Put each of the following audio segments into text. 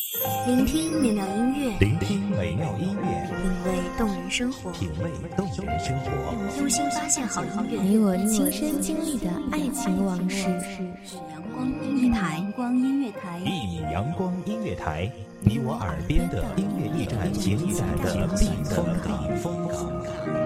聆听美妙音乐， 聆听美妙音乐， 品味动人生活， 品味动人生活， 用心发现好音乐， 你我亲身经历的爱情往事。 阳光音乐台，阳光音乐台， 一米阳光音乐台，你我耳边的音乐驿站，情感的避风港。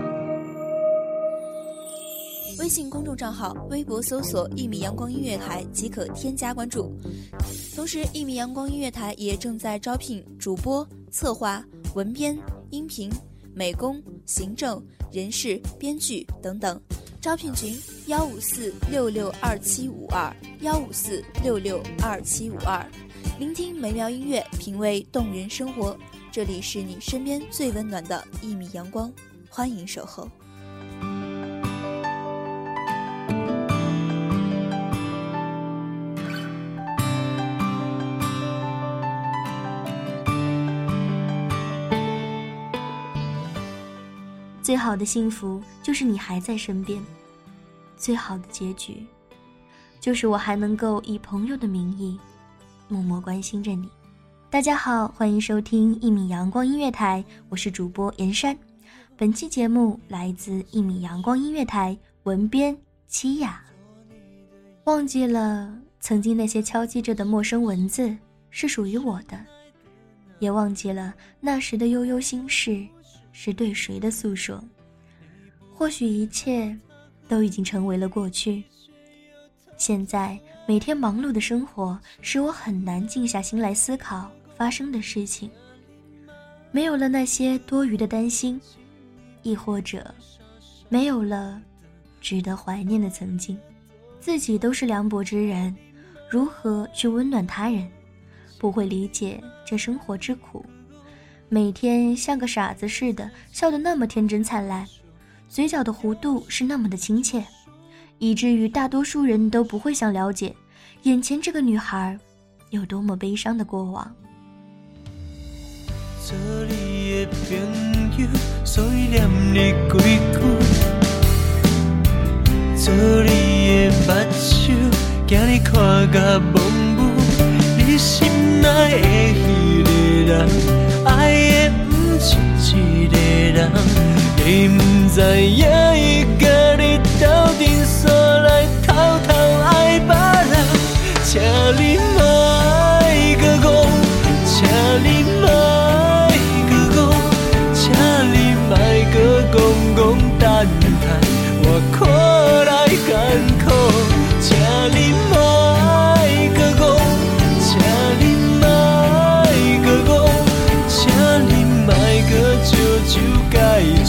微信公众账号、微博搜索“一米阳光音乐台”即可添加关注。同时，一米阳光音乐台也正在招聘主播、策划、文编、音频、美工、行政、人事、编剧等等。招聘群154662752，154662752。聆听美妙音乐，品味动人生活。这里是你身边最温暖的一米阳光，欢迎守候。 最好的幸福就是你还在身边，最好的结局就是我还能够以朋友的名义默默关心着你。大家好，欢迎收听一米阳光音乐台，我是主播严珊。本期节目来自一米阳光音乐台，文编七雅。忘记了曾经那些敲击着的陌生文字是属于我的，也忘记了那时的悠悠心事是对谁的诉说。或许一切都已经成为了过去。现在每天忙碌的生活使我很难静下心来思考发生的事情，没有了那些多余的担心，亦或者没有了值得怀念的曾经。自己都是凉薄之人，如何去温暖他人？不会理解这生活之苦，每天像个傻子似的笑得那么天真灿烂，嘴角的弧度是那么的亲切，以至于大多数人都不会想了解眼前这个女孩有多么悲伤的过往。 做你的朋友，所以念你几句；做你的目睭，惊你看甲蒙雾。你心内的迄个人，爱的不是一个人，你不知影伊甲你斗阵煞来偷偷爱别人，请你莫搁讲，请你莫搁讲，请你莫搁讲等待，我看来艰苦，请你莫搁讲，请你莫搁讲，请你莫搁招手解笑。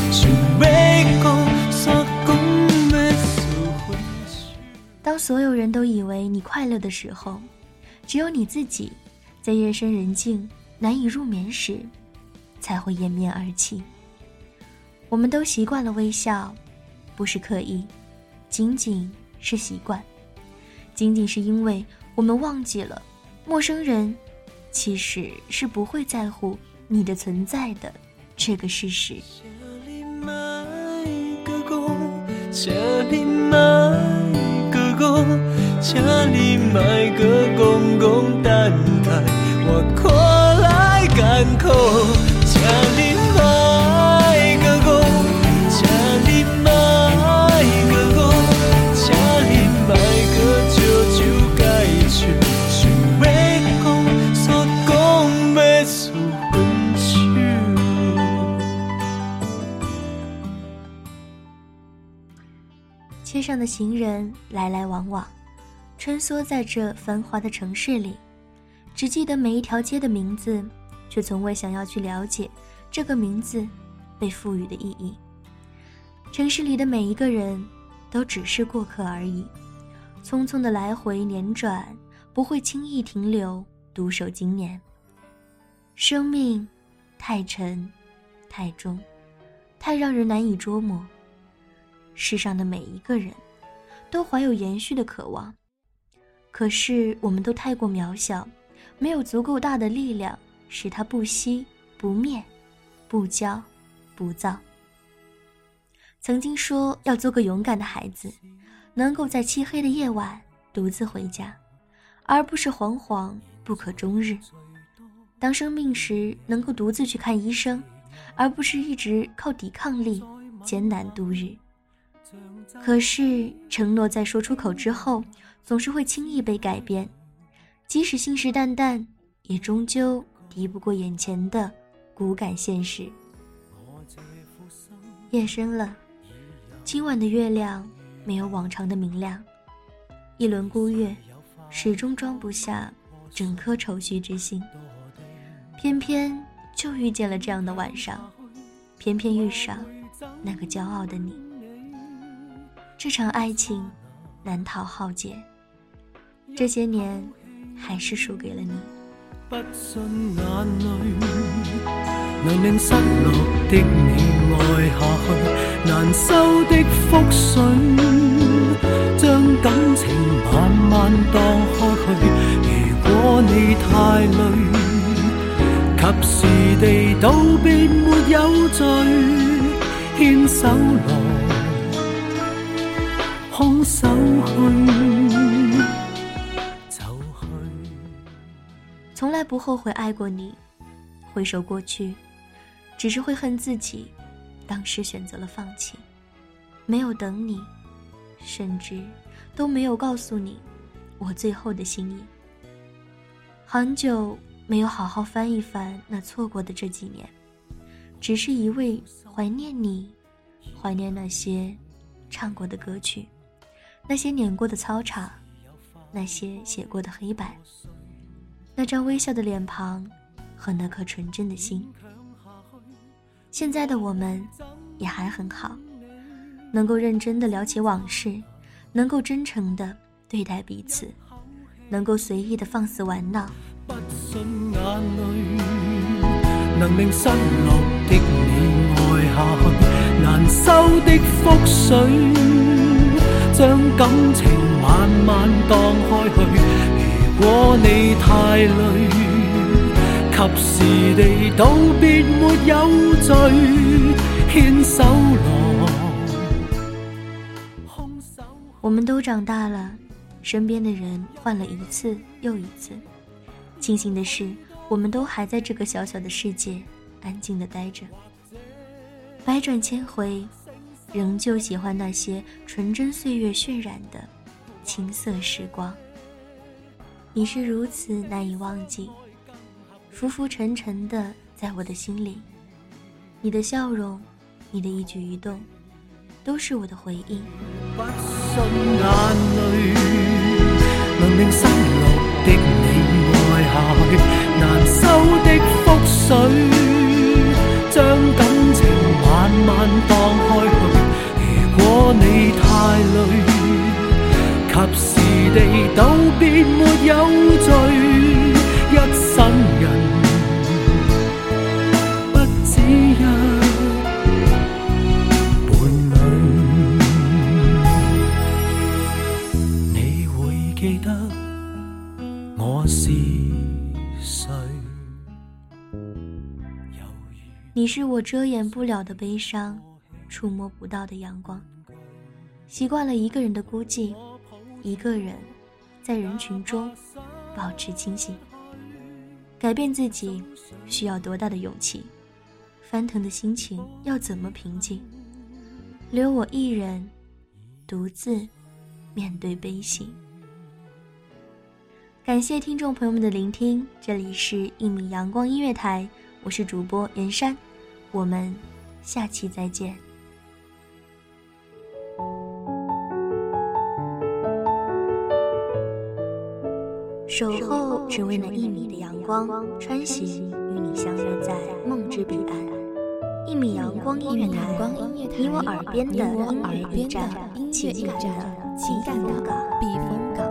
当所有人都以为你快乐的时候，只有你自己在夜深人静难以入眠时才会掩面而泣。我们都习惯了微笑，不是刻意，仅仅是习惯，仅仅是因为我们忘记了陌生人其实是不会在乎你的存在的这个事实。 请你莫搁讲，请你莫搁讲等待，我看来艰苦，请你莫搁讲，请你莫搁讲，请你莫搁招手解笑，想要讲煞讲要输分手。 街上的行人来来往往，穿梭在这繁华的城市里，只记得每一条街的名字，却从未想要去了解这个名字被赋予的意义。城市里的每一个人都只是过客而已，匆匆的来回辗转，不会轻易停留，独守经年。生命太沉太重，太让人难以捉摸。世上的每一个人都怀有延续的渴望，可是我们都太过渺小，没有足够大的力量使它不息不灭，不骄不躁。曾经说要做个勇敢的孩子，能够在漆黑的夜晚独自回家，而不是惶惶不可终日。 当生病时能够独自去看医生，而不是一直靠抵抗力艰难度日。可是承诺在说出口之后总是会轻易被改变，即使信誓旦旦，也终究敌不过眼前的骨感现实。夜深了，今晚的月亮没有往常的明亮，一轮孤月始终装不下整颗愁绪之心，偏偏就遇见了这样的晚上，偏偏遇上那个骄傲的你。这场爱情难逃浩劫，这些年还是输给了你。 不信眼淚能令失落的你愛下去，難收的覆水將感情慢慢盪開去。如果你太累，及時地道別沒有罪，牽手來空手去。 从来不后悔爱过你，回首过去，只是会恨自己当时选择了放弃，没有等你，甚至都没有告诉你我最后的心意。很久没有好好翻一翻那错过的这几年，只是一味怀念你，怀念那些唱过的歌曲，那些碾过的操场，那些写过的黑板，那张微笑的脸庞和那颗纯真的心。现在的我们也还很好，能够认真地聊起往事，能够真诚地对待彼此，能够随意地放肆玩鬧。 不信眼淚能令失落的你愛下去，難收的覆水將感情慢慢盪開去。如果你太累，及時地道別沒有罪，牽手來空手。 我們都長大了，身邊的人換了一次又一次，慶幸的是我們都還在這個小小的世界安靜地待着。百轉千回，仍舊喜歡那些純真歲月渲染的青澀時光。你是如此難以忘記，浮浮沉沉的在我的心裡。你的笑容，你的一舉一動，都是我的回憶。 不信眼淚能令失落的你愛下去，難收的覆水將感情慢慢盪開去。如果你太累，及時地道別沒有罪，一生人不止一伴侶。你會記得我是誰？ 你是我遮掩不了的悲傷，觸摸不到的陽光。習慣了一個人的孤寂，一個人在人群中保持清醒。改變自己需要多大的勇氣？翻騰的心情要怎麼平靜？留我一人獨自面對悲喜。感謝聽眾朋友們的聆聽，這裡是1米陽光音樂台，我是主播袁珊，我們下期再見。守候只為那1米的陽光，穿行與你相約在夢之彼岸。1米陽光音樂台，你我耳邊的音樂驛站，情感的避風港。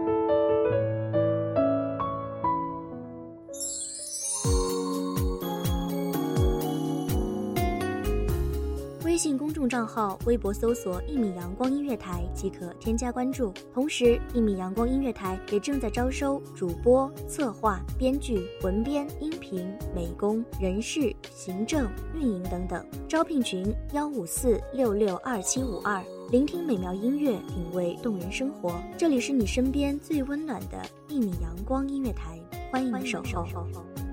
微信公众账号、微博搜索1米陽光音樂台即可添加關注。同時1米陽光音樂台也正在招收主播、策劃、編劇、文編、音頻、美工、人事、行政、運營等等。招聘群154662752，聆聽美妙音樂，品味動人生活。這裡是你身邊最溫暖的1米陽光音樂台，歡迎守候。